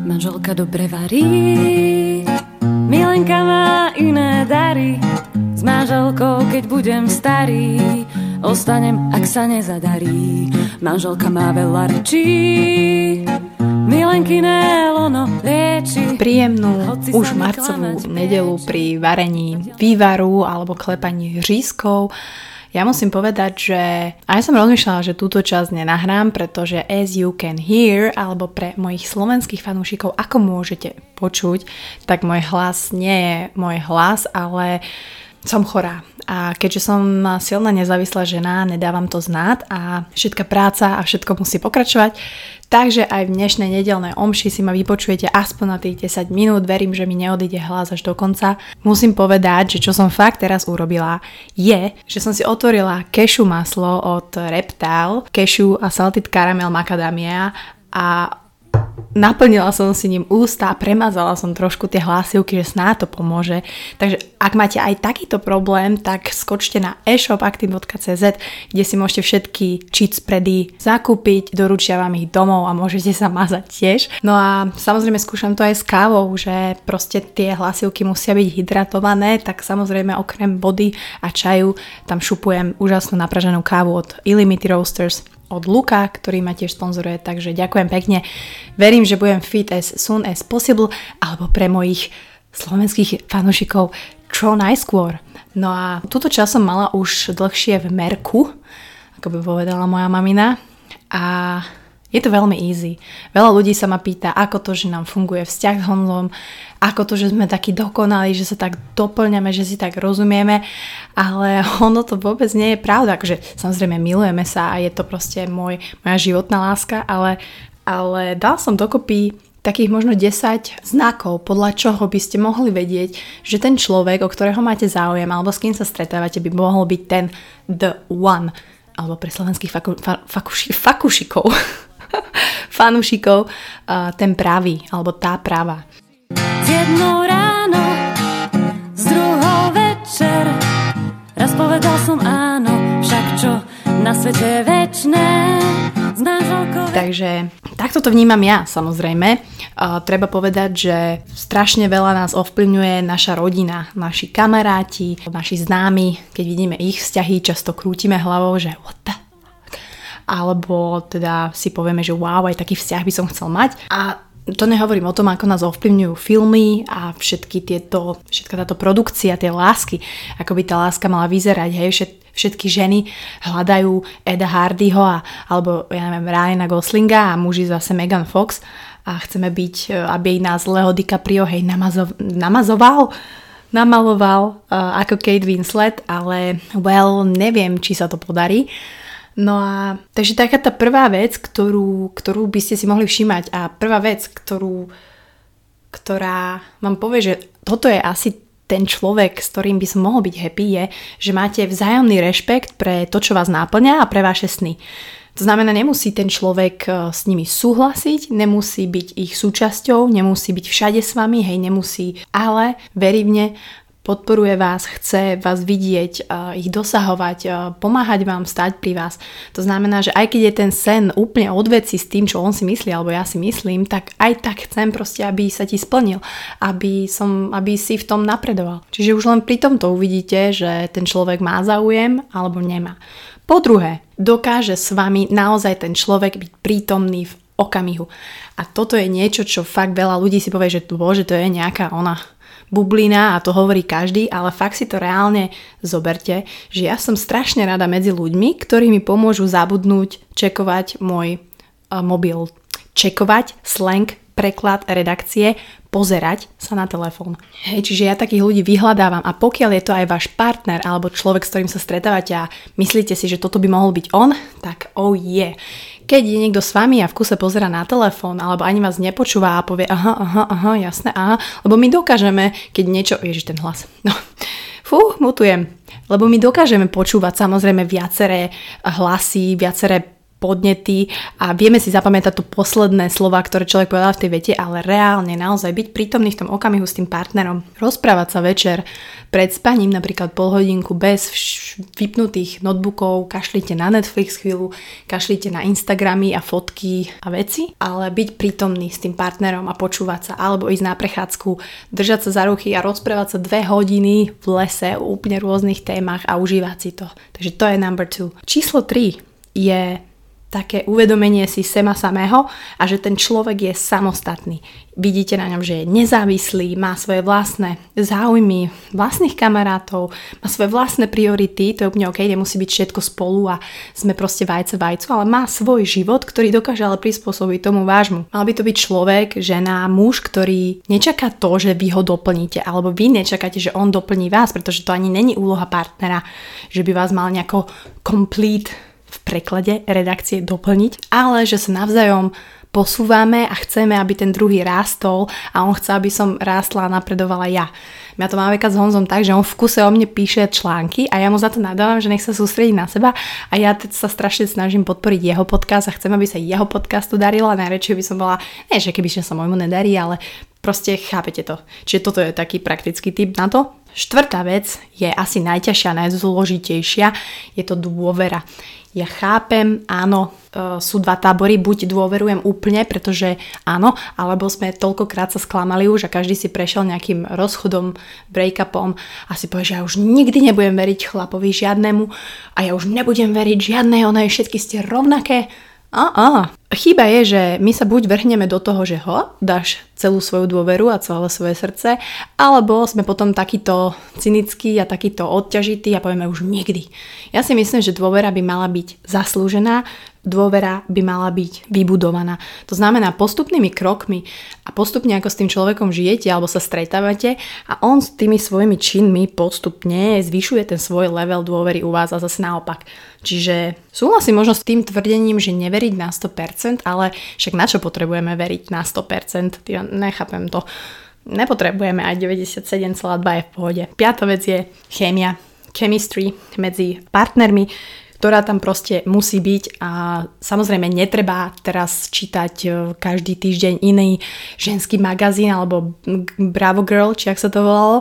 Manželka dobre varí, Milenka má iné dary. S manželkou, keď budem starý, ostanem, ak sa nezadarí. Manželka má veľa rečí, Milenkine lono lieči. Príjemnú už marcovú nedelu pri varení vývaru alebo klepaní hřízkov. Ja musím povedať, že aj som rozmýšľala, že túto časť nenahrám, pretože as you can hear, alebo pre mojich slovenských fanúšikov, ako môžete počuť, tak môj hlas nie je môj hlas, ale som chorá. A keďže som silná nezávislá žena, nedávam to znát a všetká práca a všetko musí pokračovať, takže aj v dnešnej nedeľnej omši si ma vypočujete aspoň na tých 10 minút, verím, že mi neodíde hlas až do konca. Musím povedať, že čo som fakt teraz urobila je, že som si otvorila cashew maslo od Reptile, cashew a salted caramel macadamia a naplnila som si ním ústa a premazala som trošku tie hlasivky, že snáď to pomôže. Takže ak máte aj takýto problém, tak skočte na e-shopactive.cz, kde si môžete všetky cheat spready zakúpiť, doručia vám ich domov a môžete sa mazať tiež. No a samozrejme skúšam to aj s kávou, že proste tie hlasivky musia byť hydratované, tak samozrejme okrem vody a čaju tam šupujem úžasnú napraženú kávu od Illimity Roasters od Luka, ktorý ma tiež sponzoruje, takže ďakujem pekne. Verím, že budem fit as soon as possible, alebo pre mojich slovenských fanúšikov čo najskôr. No a túto čas som mala už dlhšie v merku, ako by povedala moja mamina, a je to veľmi easy. Veľa ľudí sa ma pýta, ako to, že nám funguje vzťah s Honzom, ako to, že sme takí dokonali, že sa tak doplňame, že si tak rozumieme, ale ono to vôbec nie je pravda. Akože samozrejme milujeme sa a je to proste moja životná láska, ale dal som dokopy takých možno 10 znakov, podľa čoho by ste mohli vedieť, že ten človek, o ktorého máte záujem alebo s kým sa stretávate, by mohol byť ten the one, alebo pre slovenských fakušikov, fanúšikov, ten pravý, alebo tá pravá. S jednou ráno, s druhou večer, raz povedal som áno, však čo na svete je večné, s manželkou. Takže takto to vnímam ja, samozrejme. Treba povedať, že strašne veľa nás ovplyvňuje naša rodina, naši kamaráti, naši známi. Keď vidíme ich vzťahy, často krútime hlavou, že what the fuck? Alebo teda si povieme, že wow, aj taký vzťah by som chcel mať. A to nehovorím o tom, ako nás ovplyvňujú filmy a všetka táto produkcia, tie lásky, ako by tá láska mala vyzerať, hej, všetky ženy hľadajú Eda Hardyho alebo ja neviem, Ryana Goslinga a muži zase Megan Fox a chceme byť, aby nás Leo DiCaprio hej, namaloval ako Kate Winslet, ale neviem, či sa to podarí. No a takže taká tá prvá vec, ktorú by ste si mohli všímať a prvá vec, ktorá vám povie, že toto je asi ten človek, s ktorým by som mohol byť happy, je, že máte vzájomný rešpekt pre to, čo vás náplňa a pre vaše sny. To znamená, nemusí ten človek s nimi súhlasiť, nemusí byť ich súčasťou, nemusí byť všade s vami, hej, nemusí, ale verívne podporuje vás, chce vás vidieť, ich dosahovať, pomáhať vám, stať pri vás. To znamená, že aj keď je ten sen úplne odveci s tým, čo on si myslí, alebo ja si myslím, tak aj tak chcem proste, aby sa ti splnil, aby si v tom napredoval. Čiže už len pri tomto uvidíte, že ten človek má záujem alebo nemá. Po druhé, dokáže s vami naozaj ten človek byť prítomný v okamihu. A toto je niečo, čo fakt veľa ľudí si povie, že bože, to je nejaká ona bublina a to hovorí každý, ale fakt si to reálne zoberte, že ja som strašne rada medzi ľuďmi, ktorí mi pomôžu zabudnúť čekovať môj mobil. Čekovať, slang, preklad, redakcie, pozerať sa na telefón. Hej, čiže ja takých ľudí vyhľadávam a pokiaľ je to aj váš partner alebo človek, s ktorým sa stretávate a myslíte si, že toto by mohol byť on, tak oh yeah. Keď je niekto s vami a v kuse pozerá na telefón alebo ani vás nepočúva a povie aha, jasné, aha, lebo my dokážeme, keď niečo, ježiš ten hlas, mutujem, lebo my dokážeme počúvať samozrejme viaceré hlasy, viaceré podnety a vieme si zapamätať to posledné slova, ktoré človek povedal v tej vete, ale reálne naozaj byť prítomný v tom okamihu s tým partnerom. Rozprávať sa večer pred spaním, napríklad pol hodinku bez vypnutých notebookov, kašlite na Netflix chvíľu, kašlite na Instagramy a fotky a veci, ale byť prítomný s tým partnerom a počúvať sa, alebo ísť na prechádzku, držať sa za ruky a rozprávať sa 2 hodiny v lese o úplne rôznych témach a užívať si to. Takže to je number 2. Číslo 3 je také uvedomenie si seba samého a že ten človek je samostatný. Vidíte na ňom, že je nezávislý, má svoje vlastné záujmy, vlastných kamarátov, má svoje vlastné priority, to je úplne OK, nemusí byť všetko spolu a sme proste vajce vajcu, ale má svoj život, ktorý dokáže ale prispôsobiť tomu vášmu. Mal by to byť človek, žena, muž, ktorý nečaká to, že vy ho doplníte, alebo vy nečakáte, že on doplní vás, pretože to ani není úloha partnera, že by vás mal nejako complete v preklade redakcie doplniť, ale že sa navzájom posúvame a chceme, aby ten druhý rástol a on chce, aby som rástla a napredovala ja. Ja to mám s Honzom tak, že on v kuse o mne píše články a ja mu za to nadávam, že nech sa sústredí na seba a ja teď sa strašne snažím podporiť jeho podcast a chcem, aby sa jeho podcastu darilo a najradšej by som bola, nie že keby sa môjmu nedarí, ale proste chápete to. Čiže toto je taký praktický tip na to. 4. vec je asi najťažšia, najzložitejšia, je to dôvera. Ja chápem, áno, sú 2 tábory, buď dôverujem úplne, pretože áno, alebo sme toľkokrát sa sklamali už a každý si prešiel nejakým rozchodom, break-upom a si povie, že ja už nikdy nebudem veriť chlapovi žiadnemu a ja už nebudem veriť žiadnej, onej, všetky ste rovnaké. Chyba je, že my sa buď vrhneme do toho, že dáš celú svoju dôveru a celé svoje srdce, alebo sme potom takýto cynickí a takýto odťažití a povieme už nikdy. Ja si myslím, že dôvera by mala byť zaslúžená, dôvera by mala byť vybudovaná. To znamená postupnými krokmi a postupne ako s tým človekom žijete alebo sa stretávate a on s tými svojimi činmi postupne zvyšuje ten svoj level dôvery u vás a zase naopak. Čiže súhlasím možno s tým tvrdením, že neveriť na 100%, ale však na čo potrebujeme veriť na 100%? Ja nechápem to. Nepotrebujeme aj 97,2 je v pohode. 5. vec je chémia, chemistry medzi partnermi, ktorá tam proste musí byť a samozrejme netreba teraz čítať každý týždeň iný ženský magazín alebo Bravo Girl, či ak sa to volalo,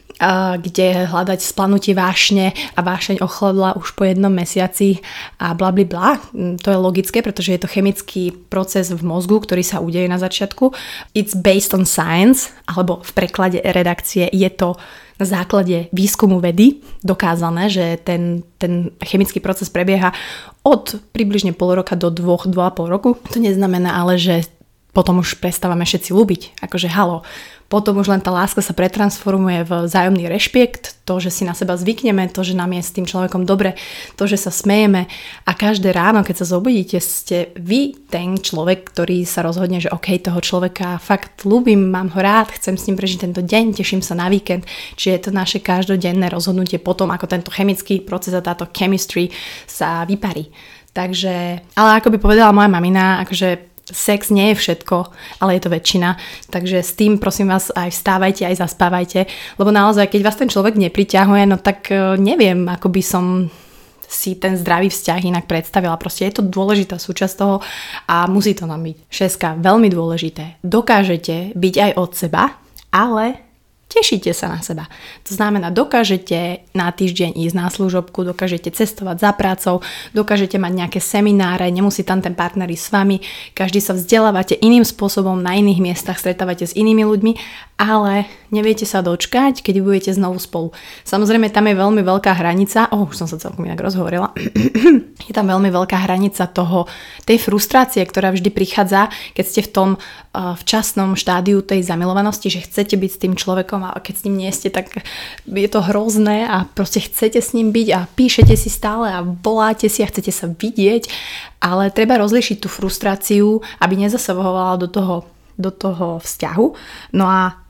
kde hľadať splanutie vášne a vášeň ochladla už po 1 mesiaci a blablabla. To je logické, pretože je to chemický proces v mozgu, ktorý sa udeje na začiatku. It's based on science, alebo v preklade redakcie je to na základe výskumu vedy dokázané, že ten chemický proces prebieha od približne pol roka do 2,5 roku. To neznamená ale, že potom už prestávame všetci ľúbiť. Akože halo. Potom už len tá láska sa pretransformuje v vzájomný rešpekt, to, že si na seba zvykneme, to, že nám je s tým človekom dobre, to, že sa smejeme a každé ráno, keď sa zobudíte, ste vy ten človek, ktorý sa rozhodne, že OK, toho človeka fakt ľúbim, mám ho rád, chcem s ním prežiť tento deň, teším sa na víkend, čiže je to naše každodenné rozhodnutie potom, ako tento chemický proces a táto chemistry sa vyparí. Takže, ale ako by povedala moja mamina, akože sex nie je všetko, ale je to väčšina. Takže s tým prosím vás aj vstávajte, aj zaspávajte, lebo naozaj, keď vás ten človek nepriťahuje, no tak neviem, ako by som si ten zdravý vzťah inak predstavila. Proste je to dôležitá súčasť toho a musí to nám byť. 6. Veľmi dôležité. Dokážete byť aj od seba, ale tešíte sa na seba. To znamená, dokážete na týždeň ísť na služobku, dokážete cestovať za prácou, dokážete mať nejaké semináre, nemusí tam ten partner ísť s vami, každý sa vzdelávate iným spôsobom, na iných miestach, stretávate s inými ľuďmi, ale neviete sa dočkať, keď budete znovu spolu. Samozrejme, tam je veľmi veľká hranica, už som sa celkom inak rozhovorila, je tam veľmi veľká hranica tej frustrácie, ktorá vždy prichádza, keď ste v tom včasnom štádiu tej zamilovanosti, že chcete byť s tým človekom a keď s ním nie ste, tak je to hrozné a proste chcete s ním byť a píšete si stále a voláte si a chcete sa vidieť, ale treba rozlišiť tú frustráciu, aby nezasahovala do toho vzťahu. No a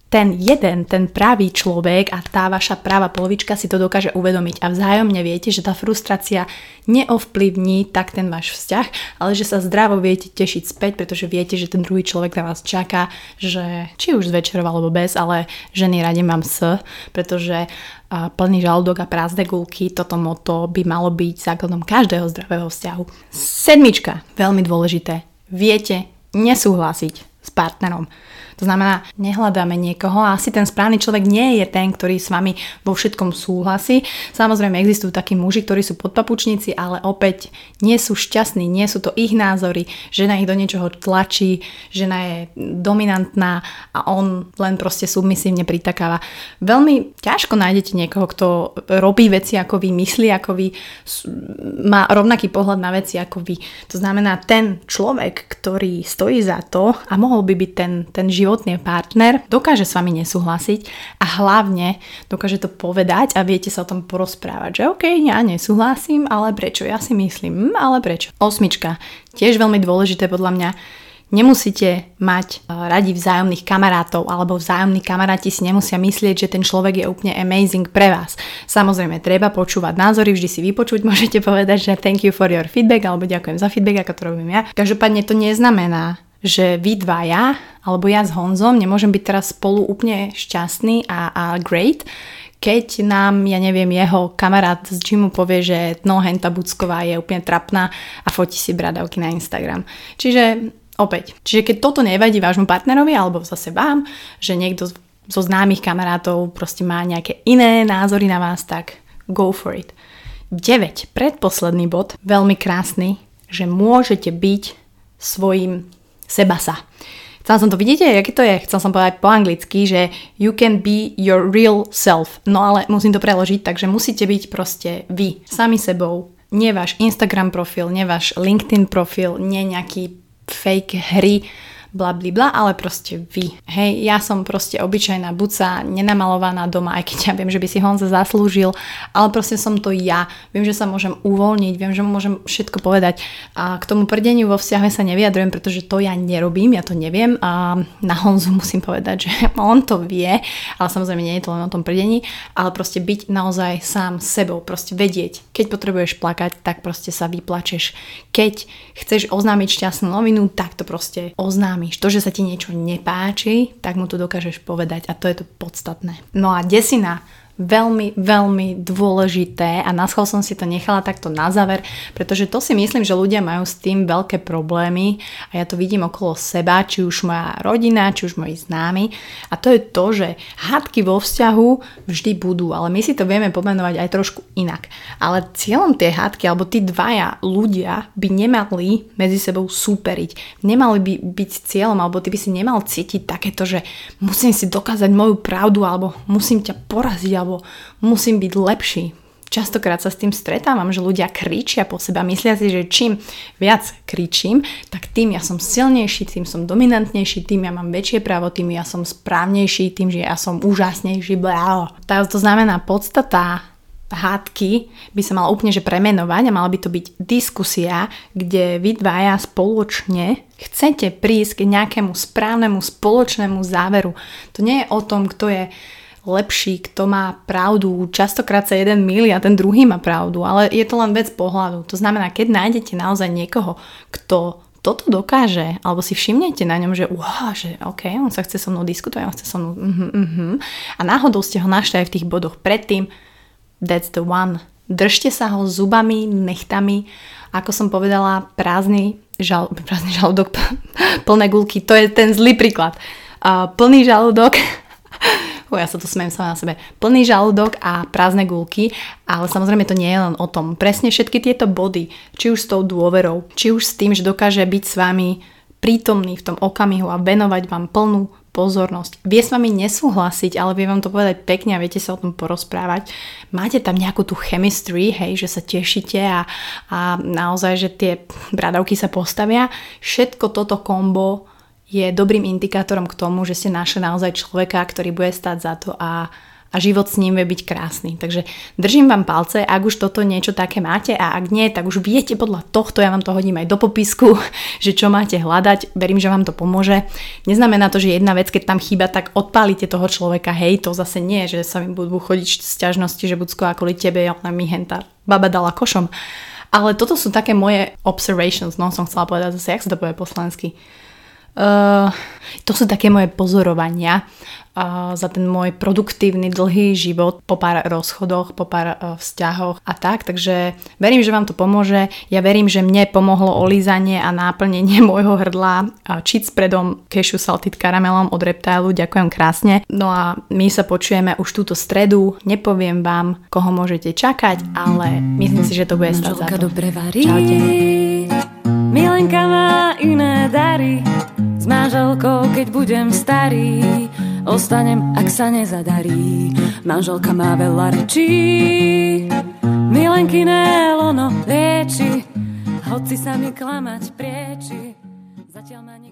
ten pravý človek a tá vaša práva polovička si to dokáže uvedomiť a vzájomne viete, že tá frustrácia neovplyvní tak ten váš vzťah, ale že sa zdravo viete tešiť späť, pretože viete, že ten druhý človek na vás čaká, že či už z večerov alebo bez, ale ženy radi mám pretože plný žalúdok a prázdne guľky, toto motto by malo byť základom každého zdravého vzťahu. 7, veľmi dôležité, viete nesúhlasiť s partnerom. To znamená, nehľadáme niekoho a asi ten správny človek nie je ten, ktorý s vami vo všetkom súhlasí. Samozrejme existujú takí muži, ktorí sú podpapučníci, ale opäť nie sú šťastní, nie sú to ich názory, žena ich do niečoho tlačí, žena je dominantná a on len proste submisívne pritakáva. Veľmi ťažko nájdete niekoho, kto robí veci ako vy, myslí ako vy, má rovnaký pohľad na veci ako vy. To znamená, ten človek, ktorý stojí za to a mohol by byť ten životný partner, dokáže s vami nesúhlasiť a hlavne dokáže to povedať a viete sa o tom porozprávať, že OK, ja nesúhlasím, ale prečo? Ja si myslím, ale prečo? 8, tiež veľmi dôležité podľa mňa, nemusíte mať radi vzájomných kamarátov alebo vzájomní kamaráti si nemusia myslieť, že ten človek je úplne amazing pre vás. Samozrejme, treba počúvať názory, vždy si vypočuť, môžete povedať, že thank you for your feedback alebo ďakujem za feedback, ako to robím ja. Každopádne to neznamená, že vy dvaja, alebo ja s Honzom nemôžem byť teraz spolu úplne šťastný a great, keď nám, ja neviem, jeho kamarát z gymu povie, že henta Bucková je úplne trapná a fotí si bradavky na Instagram. Čiže keď toto nevadí vášmu partnerovi alebo zase vám, že niekto zo známych kamarátov proste má nejaké iné názory na vás, tak go for it. 9, predposledný bod, veľmi krásny, že môžete byť svojím seba sa. Chcela som to, vidíte, aké to je? Chcela som povedať po anglicky, že you can be your real self. No ale musím to preložiť, takže musíte byť proste vy, sami sebou. Nie váš Instagram profil, nie váš LinkedIn profil, nie nejaký fake hry, blablabla, ale proste vy. Hej, ja som proste obyčajná buca, nenamalovaná doma, aj keď ja viem, že by si Honza zaslúžil, ale proste som to ja. Viem, že sa môžem uvoľniť, viem, že môžem všetko povedať. A k tomu prdeniu vo vzťahe sa nevyjadrujem, pretože to ja nerobím, ja to neviem. A na Honzu musím povedať, že on to vie, ale samozrejme nie je to len o tom prdení, ale proste byť naozaj sám sebou, proste vedieť. Keď potrebuješ plakať, tak proste sa vyplačeš. Keď chceš oznámiť šťastnú novinu, tak to proste oznámiš. To, že sa ti niečo nepáči, tak mu to dokážeš povedať a to je to podstatné. No a 10, veľmi, veľmi dôležité a naschvál som si to nechala takto na záver, pretože to si myslím, že ľudia majú s tým veľké problémy a ja to vidím okolo seba, či už moja rodina, či už moji známi a to je to, že hádky vo vzťahu vždy budú, ale my si to vieme pomenovať aj trošku inak. Ale cieľom tej hádky, alebo tí dvaja ľudia by nemali medzi sebou súperiť. Nemali by byť cieľom, alebo ty by si nemal cítiť takéto, že musím si dokázať moju pravdu, alebo musím ťa poraziť, alebo musím byť lepší. Častokrát sa s tým stretávam, že ľudia kričia po seba, myslia si, že čím viac kričím, tak tým ja som silnejší, tým som dominantnejší, tým ja mám väčšie právo, tým ja som správnejší, tým, že ja som úžasnejší. To znamená, podstata hádky by sa mala úplne že premenovať a mala by to byť diskusia, kde vy dvaja spoločne chcete prísť k nejakému správnemu spoločnému záveru. To nie je o tom, kto je lepší, kto má pravdu. Častokrát sa jeden mýli a ten druhý má pravdu, ale je to len vec pohľadu. To znamená, keď nájdete naozaj niekoho, kto toto dokáže, alebo si všimnete na ňom, že že OK, on sa chce so mnou diskutovať, on chce so mnou a náhodou ste ho našli aj v tých bodoch predtým, that's the one. Držte sa ho zubami, nechtami, ako som povedala, prázdny žalúdok, plné guľky, to je ten zlý príklad. Plný žalúdok ja sa tu smejem sama na sebe. Plný žalúdok a prázdne guľky, ale samozrejme to nie je len o tom. Presne všetky tieto body, či už s tou dôverou, či už s tým, že dokáže byť s vami prítomný v tom okamihu a venovať vám plnú pozornosť. Vie s vami nesúhlasiť, ale vie vám to povedať pekne a viete sa o tom porozprávať. Máte tam nejakú tú chemistry, hej, že sa tešíte a naozaj, že tie bradavky sa postavia. Všetko toto kombo je dobrým indikátorom k tomu, že ste našli naozaj človeka, ktorý bude stáť za to a a život s ním vie byť krásny. Takže držím vám palce, ak už toto niečo také máte a ak nie, tak už viete podľa tohto, ja vám to hodím aj do popisku, že čo máte hľadať, verím, že vám to pomôže. Neznamená to, že jedna vec, keď tam chýba, tak odpálite toho človeka, hej, to zase nie, že sa mi budú chodiť sťažnosti, že Bucko, kvôli tebe, ona mi henta baba dala košom. Ale toto sú také moje observations, no som chcela povedať zase, jak sa to povie po slovensky. To sú také moje pozorovania za ten môj produktívny, dlhý život po pár rozchodoch, po pár vzťahoch a tak, takže verím, že vám to pomôže. Ja verím, že mne pomohlo olízanie a náplnenie môjho hrdla cheat spreadom cashew salted caramelom od Reptilu. Ďakujem krásne. No a my sa počujeme už túto stredu. Nepoviem vám, koho môžete čakať, ale myslím si, že to bude stáť za to. Dobre varí. Čaute. Milenka má iné dary. S manželkou, keď budem starý, ostanem, ak sa nezadarí. Manželka má veľa rečí, Milenkyné lono lieči, hoci sa mi klamať prieči. Zatiaľ ma